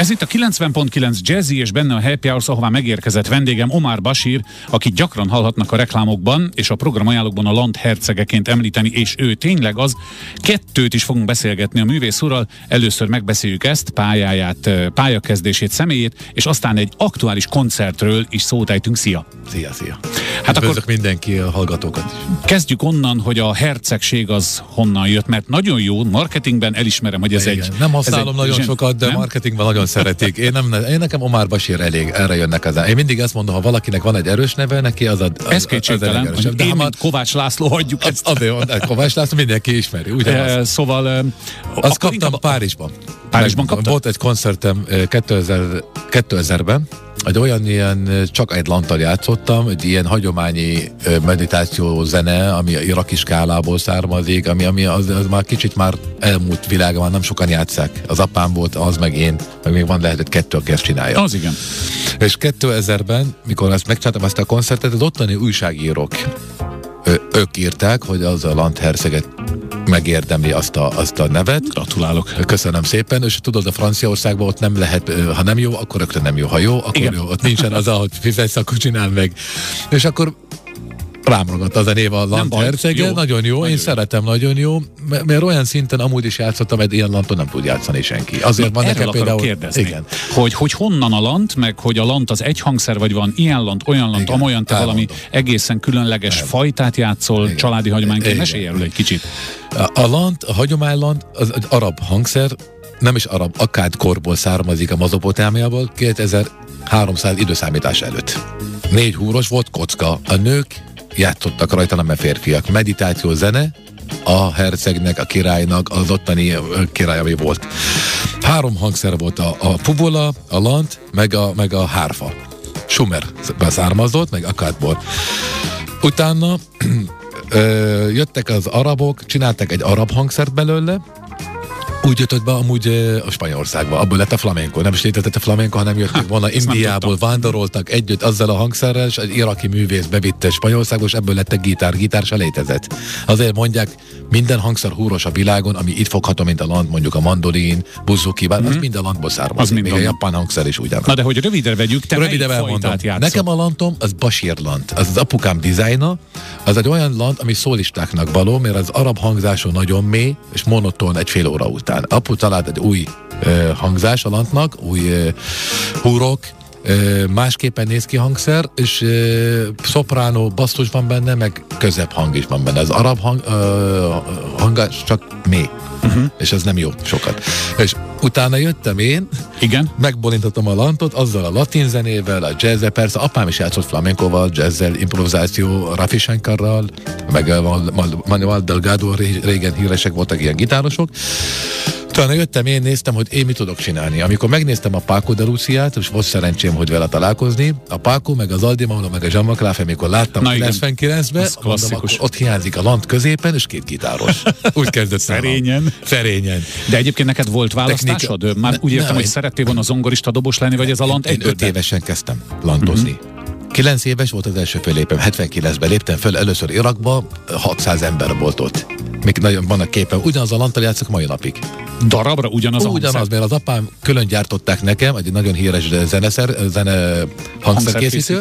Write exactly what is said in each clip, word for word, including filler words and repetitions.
Ez itt a kilencven pont kilenc Jazzy, és benne a Happy Hours, ahová megérkezett vendégem Omar Bashir, akit gyakran hallhatnak a reklámokban, és a programajánlókban a Land hercegeként említeni, és ő tényleg az. Kettőt is fogunk beszélgetni a művész úrral. Először megbeszéljük ezt, pályáját, pályakezdését, személyét, és aztán egy aktuális koncertről is szót ejtünk. Szia! Szia, szia! Hát akkor mindenki a hallgatókat is. Kezdjük onnan, hogy a hercegség az honnan jött, mert nagyon jó, marketingben elismerem, hogy ez igen. egy... Nem használom egy, nagyon zsen... sokat, de nem? Marketingben nagyon szeretik. Én, nem, én nekem Omar Bashir elég, erre jönnek az. Én mindig azt mondom, ha valakinek van egy erős neve, neki az a... Az, ez kétségtelen, hogy én, ha mint Kovács László hagyjuk ezt. Az, azért, Kovács László mindenki ismeri, ugyanaz. E, szóval... E, azt kaptam inkább... Párizsban. Párizsban kaptam? Volt egy koncertem kétezerben, egy olyan ilyen, csak egy lanttal játszottam, egy ilyen hagyományi meditáció zene, ami iraki skálából származik, ami, ami az, az már kicsit már elmúlt világa, már nem sokan játsszák. Az apám volt, az meg én, meg még van lehetett kettő, aki ezt csinálja. Az igen. És kétezerben, mikor ezt megcsináltam ezt a koncertet, az ottani újságírók, ők írták, hogy az a Land herceget megérdemli azt a, azt a nevet. Gratulálok. Köszönöm szépen, és tudod, a Franciaországban ott nem lehet, ha nem jó, akkor rögtön nem jó, ha jó, akkor igen. Jó, ott nincsen az, ahogy fizetsz, akkor csinál meg. És akkor rám ragadt az a név a Land hercege, nagyon jó, nagyon én jó. Szeretem, nagyon jó, mert, mert olyan szinten amúgy is játszottam, egy ilyen lanton nem tud játszani senki. Azért van nekem például... kérdezni, igen. Hogy, hogy honnan a lant, meg hogy a lant az egy hangszer, vagy van ilyen lant, olyan lant, igen, amolyan, te valami egészen különleges el. fajtát játszol, igen. Családi hagyományként, mesélj erről egy kicsit. A, a lant, a hagyománylant, az egy arab hangszer, nem is arab, akkád korból származik a Mezopotámiából, kétezer-háromszáz időszámítás előtt. Négy húros volt kocka, a nők játszottak rajta, nem a férfiak. Meditáció zene, a hercegnek, a királynak, az ottani király, ami volt. Három hangszer volt, a, a fuvola, a lant, meg a, meg a hárfa. Sumer beszármazott, meg akádból. Utána ö, jöttek az arabok, csináltak egy arab hangszert belőle, úgy jutott be amúgy a Spanyolországba, abból lett a flamenco. Nem is létezett a flamenco, hanem jöttek volna Indiából, vándoroltak együtt azzal a hangszerrel, és egy iraki művész bevitte Spanyolországba, és ebből lett a gitár. Gitár se létezett. Azért mondják, minden hangszer húros a világon, ami itt fogható, mint a lant, mondjuk a mandolin, buzuki, mm-hmm. az mind a lantból származik. Még a japán hangszer is ugyanaz. Na de hogy rövidre vegyük, te rövidre melyik fajtát játszol? Nekem a lantom, az Bashir lant. Az az apukám dizájna, az egy olyan lant, ami szólistáknak való, mert az arab hangzású nagyon mély, és monoton egy fél óra után. Apu talált egy új uh, hangzás a lantnak, új uh, húrok, uh, másképpen néz ki hangszer, és uh, szopránó, basztus van benne, meg középhang is van benne. Az arab hang, uh, hangzás csak mély, uh-huh. és ez nem jó sokat. És utána jöttem én, igen, megbolintottam a lantot, azzal a latin zenével, a jazzzel, persze apám is játszott flamencoval, jazzzel, improvizáció, Rafi Shankarral, meg Manuel Delgado, régen híresek voltak ilyen gitárosok. Utána jöttem, én néztem, hogy én mit tudok csinálni. Amikor megnéztem a Paco de Luciát, és volt szerencsém, hogy vele találkozni, a Paco, meg az Aldi Mauro, meg a Jean McLaughlin, amikor láttam kilencvenkilencben, mondom, akkor ott hiányzik a lant középen, és két gitáros. Úgy kezdett Szerényen. Szerényen. De egyébként neked volt választásod? Technika. Már ne, úgy értem, ne, hogy szerettél volna zongorista dobos lenni, vagy ez a lant egy öt évesen kezdtem lantozni. Uh-huh. Kilenc éves volt az első fellépem, hetvenkilencben léptem föl először Irakba, hatszáz ember volt ott. Még nagyon vannak képen, ugyanaz a lanttal játszok mai napig. Darabra ugyanaz a hangszer? Ugyanaz, mert az apám külön gyártották nekem, egy nagyon híres zeneszer, zene hangszerkészítő.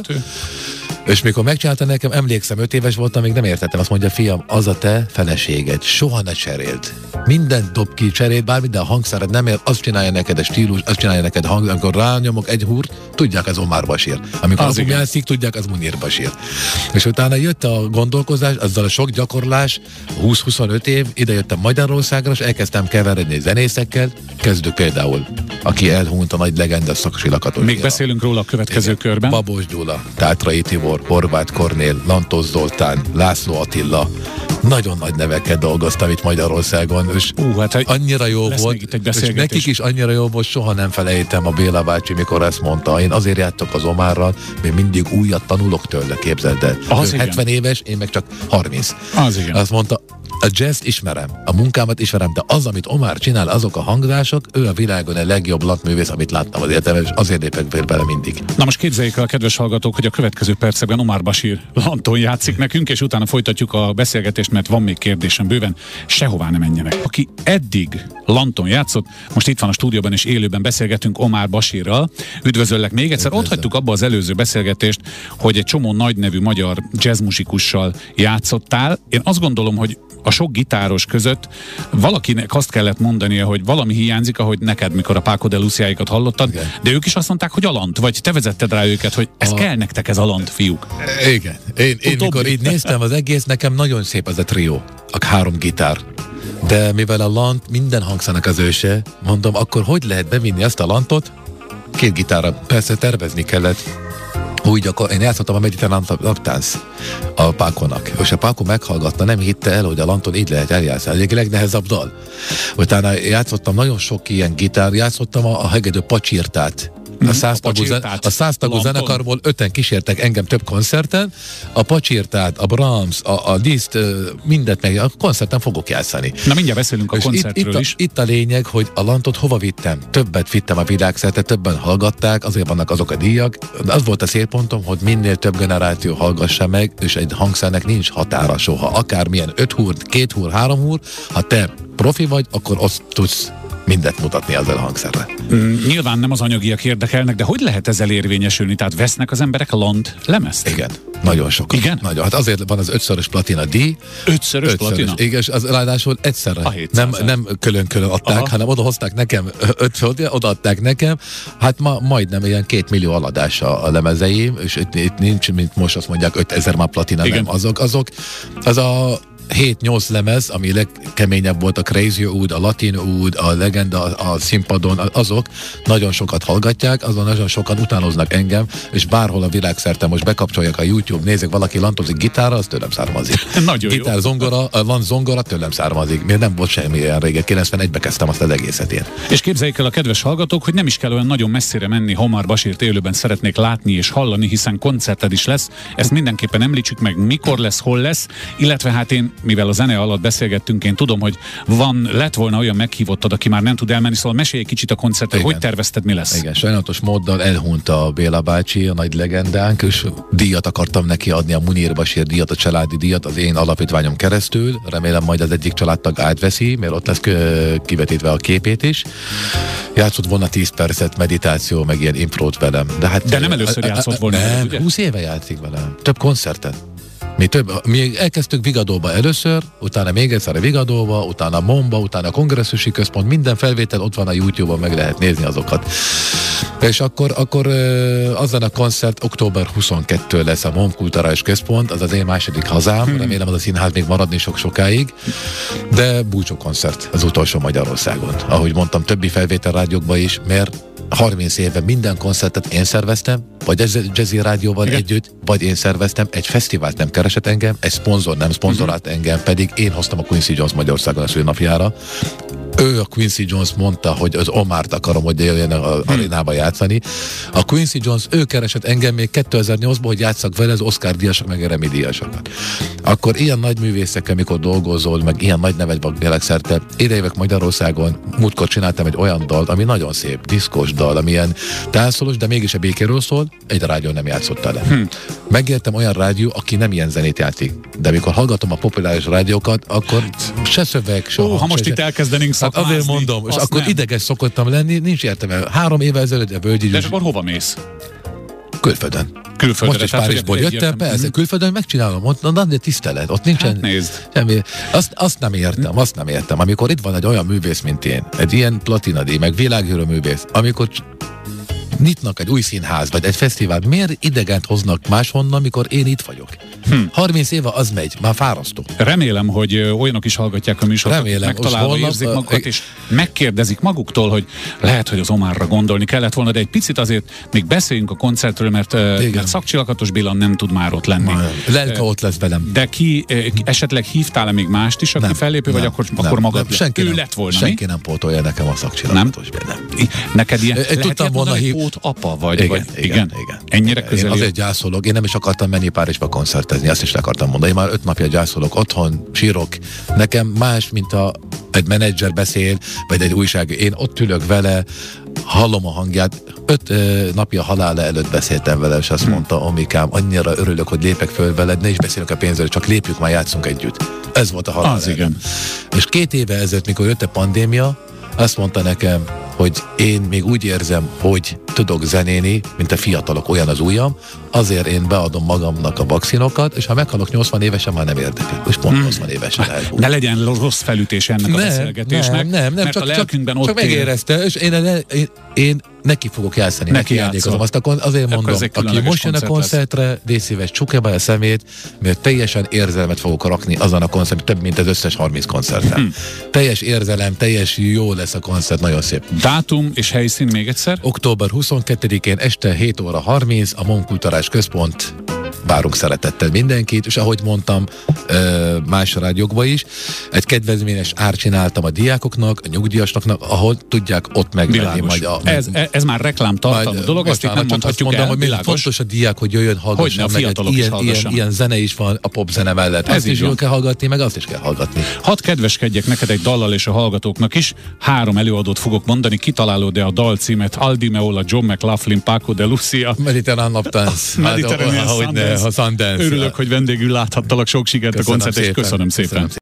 És mikor megcsinálta nekem, emlékszem, öt éves voltam, még nem értettem. Azt mondja, fiam, az a te feleséged, soha ne cseréld. Mindent dob ki, cseréld, bár minden hangszered nem ér, azt csinálja neked a stílus, azt csinálja neked a hang, amikor rányomok egy húrt, tudják, az Omar Bashir. Amikor az játszik, tudják, az Munir Bashir. És utána jött a gondolkozás, azzal a sok gyakorlás, húsz-huszonöt év, ide jöttem Magyarországra, és elkezdtem keveredni zenészekkel, kezdő például, aki elhunyt, a nagy legenda, Szakasi Lakatos. Még beszélünk róla a következő igen. körben. Babos Gyula, Tátrai Tibor, Horváth Kornél, Lantos Zoltán, László Attila. Nagyon nagy nevekkel dolgoztam itt Magyarországon, és uh, hát, annyira jó volt, és nekik is annyira jó volt, soha nem felejtem a Béla bácsi, mikor ezt mondta, én azért játszok az Omárral, mert mindig újat tanulok tőle, képzeld el. Ő hetven éves, én meg csak harminc. Az igen. Azt mondta, A jazz ismerem, a munkámat ismerem, de az, amit Omar csinál, azok a hangzások, ő a világon a legjobb lantművész, amit láttam az életemben, és azért lépek bele mindig. Na most képzeljék el, kedves hallgatók, hogy a következő percekben Omar Bashir lanton játszik nekünk, és utána folytatjuk a beszélgetést, mert van még kérdésem bőven, sehová ne menjenek. Aki eddig lanton játszott, most itt van a stúdióban, és élőben beszélgetünk Omar Bashirral. Üdvözöllek még egyszer. Ott hagytuk abba az előző beszélgetést, hogy egy csomó nagy nevű magyar jazzmusikussal játszottál. Én azt gondolom, hogy a sok gitáros között valakinek azt kellett mondania, hogy valami hiányzik, ahogy neked, mikor a Paco de Luciáikat hallottad, igen. De ők is azt mondták, hogy a lant, vagy te vezetted rá őket, hogy ez a... kell nektek ez a lant, fiúk. Igen. Én, én mikor így néztem az egész, nekem nagyon szép az a trió, a három gitár. De mivel a lant minden hangszának az őse, mondom, akkor hogy lehet bevinni ezt a lantot? Két gitárra. Persze tervezni kellett. Úgy, akkor én játszottam a mediterrán naptánc a Pákonak, és a Páko meghallgatta, nem hitte el, hogy a lanton így lehet eljátszani. Egyik legnehezebb dal. Utána játszottam nagyon sok ilyen gitár, játszottam a, a hegedű pacsirtát. A száztagú, zen, a száztagú zenekarból öten kísértek engem több koncerten, a pacsirtát, a Brahms, a, a Liszt, mindet meg a koncerten fogok játszani. Na mindjárt beszélünk a és koncertről itt, itt is. A, itt a lényeg, hogy a lantot hova vittem? Többet vittem a világszerte, többen hallgatták, azért vannak azok a díjak. De az volt a célpontom, hogy minél több generáció hallgassa meg, és egy hangszernek nincs határa soha. Akármilyen öt húr, két húr, három húr, ha te profi vagy, akkor azt tudsz mindent mutatni ezzel a hangszerre. Mm, nyilván nem az anyagiak érdekelnek, de hogy lehet ezzel érvényesülni? Tehát vesznek az emberek lant lemezt? Igen, nagyon sokat. Igen? Nagyon. Hát azért van az ötszörös platina díj. Ötszörös, ötszörös platina? Igen, és az ráadásul egyszerre. Nem, nem külön-külön adták, aha, hanem oda hozták nekem, öt odaadták nekem. Hát ma majdnem ilyen két millió aladása a lemezeim, és itt, itt nincs, mint most azt mondják, ötezer már platina, igen. Nem. Azok, azok, az a hét-nyolc lemez, ami legkeményebb volt, a Crazy Oud, a Latin Oud, a Legenda, a színpadon, azok nagyon sokat hallgatják, azon nagyon sokan utánoznak engem, és bárhol a világszerte most bekapcsoljak a YouTube, nézek, valaki lantozik gitárra, az tőlem származik. Nagyon gitár, jó. zongora, lant zongora tőlem származik. Miért nem volt semmi ilyen régen, kilencvenegyben kezdtem azt az egészet én. És képzeljék el a kedves hallgatók, hogy nem is kell olyan nagyon messzire menni, ha Omar Bashirt élőben szeretnék látni és hallani, hiszen koncerted is lesz. Ezt mindenképpen említsük meg, mikor lesz, hol lesz, illetve hát én, mivel a zene alatt beszélgettünk, én tudom, hogy van, lett volna olyan meghívottad, aki már nem tud elmenni, szóval mesélj egy kicsit a koncertre, hogy tervezted, mi lesz? Igen, sajnálatos móddal elhunyt a Béla bácsi, a nagy legendánk, és díjat akartam neki adni, a Munir Bashir díjat, a családi díjat az én alapítványom keresztül. Remélem majd az egyik családtag átveszi, mert ott lesz kivetítve a képét is. Játszott volna tíz percet meditáció, meg ilyen imprót velem. De, hát, de nem először játszott volna. Nem, húsz éve játszik velem. Több koncerten. Mi több, mi elkezdtük Vigadóba először, utána még egyszer a Vigadóba, utána Momba, utána a Kongresszusi Központ, minden felvétel ott van a YouTube-on, meg lehet nézni azokat. És akkor, akkor azon a koncert október huszonkettő lesz a Mom Kulturális Központ, az az én második hazám, hmm. remélem az a színház még maradni sok sokáig, de búcsú koncert az utolsó Magyarországon. Ahogy mondtam, többi felvétel rádiókban is, mert harminc éve minden koncertet én szerveztem, vagy ez Jazzy Rádióval igen. együtt, vagy én szerveztem, egy fesztivált nem keresett engem, egy szponzor nem szponzorált uh-huh. engem, pedig én hoztam a Quincy Jones Magyarországon a szülnapjára. Ő, a Quincy Jones mondta, hogy az Omart akarom, hogy jöjjön a hmm. arénába játszani. A Quincy Jones, ő keresett engem még kétezer-nyolcban, hogy játszak vele az Oscar díjasok, meg a Grammy díjasokat. Akkor ilyen nagy művészekkel, mikor dolgozol, meg ilyen nagy nevet van világszerte, idejövök Magyarországon, múltkor csináltam egy olyan dalt, ami nagyon szép, diszkos dal, ami ilyen táncolós, de mégis a békéről szól, egy rádió nem játszotta le. Hmm. Megértem olyan rádió, aki nem ilyen zenét játszik. De amikor hallgatom a populáris rádiókat, akkor se szöveg, soha. Ó, ha most se itt elkezdenénk szakmázni. Hát azért mondom, és akkor nem. Ideges szokottam lenni, nincs értelme. Három éve ezelőtt a Völgyi. De akkor hova mész? Külföldön. Külföldre. Most is Párizsból jöttem, persze, külföldön megcsinálom, ott de tisztelet, ott nincsen hát nézd. semmi. Azt, azt nem értem, azt nem értem. Amikor itt van egy olyan művész, mint én, egy ilyen platinadíj, meg világhírű művész, amikor nyitnak egy új színház, vagy egy fesztivál, miért idegent hoznak máshonnan, amikor én itt vagyok? Hm. harminc éve az megy, már fárasztó. Remélem, hogy olyanok is hallgatják a műsort, Remélem, megtalálva holnap, érzik magukat, és megkérdezik maguktól, hogy lehet, hogy az Omarra gondolni kellett volna, de egy picit azért még beszéljünk a koncertről, mert, mert Szakcsilakatos Béla nem tud már ott lenni. Lelke ott lesz velem. De ki esetleg hívtál-e még mást is, aki nem, fellépő, nem, vagy akkor, nem, akkor magad nem, senki ő nem, lett volna, senki mi? nem pótolja nekem a Szakcsilakatos Béla. Neked ilyen, e, tudtam volna hív... apa vagy? Igen, vagy igen, igen, igen. Ennyire igen. közel. Én azért gyászolok, én nem is akartam menni Párizsba koncertre. koncertezni, azt is le akartam mondani. Én már öt napja gyászolok otthon, sírok. Nekem más, mint a egy menedzser beszél, vagy egy újság. Én ott ülök vele, hallom a hangját. Öt ö, napja halála előtt beszéltem vele, és azt mondta, Omikám, annyira örülök, hogy lépek föl veled, ne is beszélünk a pénzről, csak lépjük, már játszunk együtt. Ez volt a halál. Az igen. És két éve ezelőtt, mikor jött a pandémia, azt mondta nekem, hogy én még úgy érzem, hogy tudok zenéni, mint a fiatalok, olyan az ujjam, azért én beadom magamnak a vakszinokat, és ha meghalok nyolcvan évesen, már nem érdekel. És pont nyolcvan évesen elhúl. Ne legyen rossz felütés ennek nem, a beszélgetésnek, nem, nem, nem, mert csak, a lelkünkben csak, ott csak megérezte, és én, én, én neki fogok játszani, neki, neki játékozom. Azt akkor azért mondom, aki most jön a koncertre, légy szíves, csukja be a szemét, mert teljesen érzelmet fogok rakni azon a koncerten, több, mint az összes harminc koncerten. Hmm. Teljes érzelem, teljes jó lesz a koncert, nagyon szép. Dátum és helyszín még egyszer? október huszonkettedikén este hét óra harminc a Mon Kulturális Központ. Várunk szeretettel mindenkit, és ahogy mondtam más rádiókban is, egy kedvezményes ár csináltam a diákoknak, a nyugdíjasoknak, ahol tudják ott megvenni majd a... Ez, ez már reklámtartalmú dolog, ezt itt nem mondhatjuk mondom, el, hogy világos. Fontos a diák, hogy jöjjön, hallgasson meg, egy ilyen, ilyen, ilyen zene is van a popzene mellett. Ez ezt is jól kell hallgatni, meg azt is kell hallgatni. Hadd kedveskedjek neked egy dallal és a hallgatóknak is. Három előadót fogok mondani, kitalálod-e a dal címet? Aldi Meola, John McLaughlin, Paco de Lucia. Mediterrán naptánc. Mediterrán Sundance. Örülök, hogy vendégül láthattalak, sok sikert a koncert, és köszönöm szépen. Köszönöm szépen.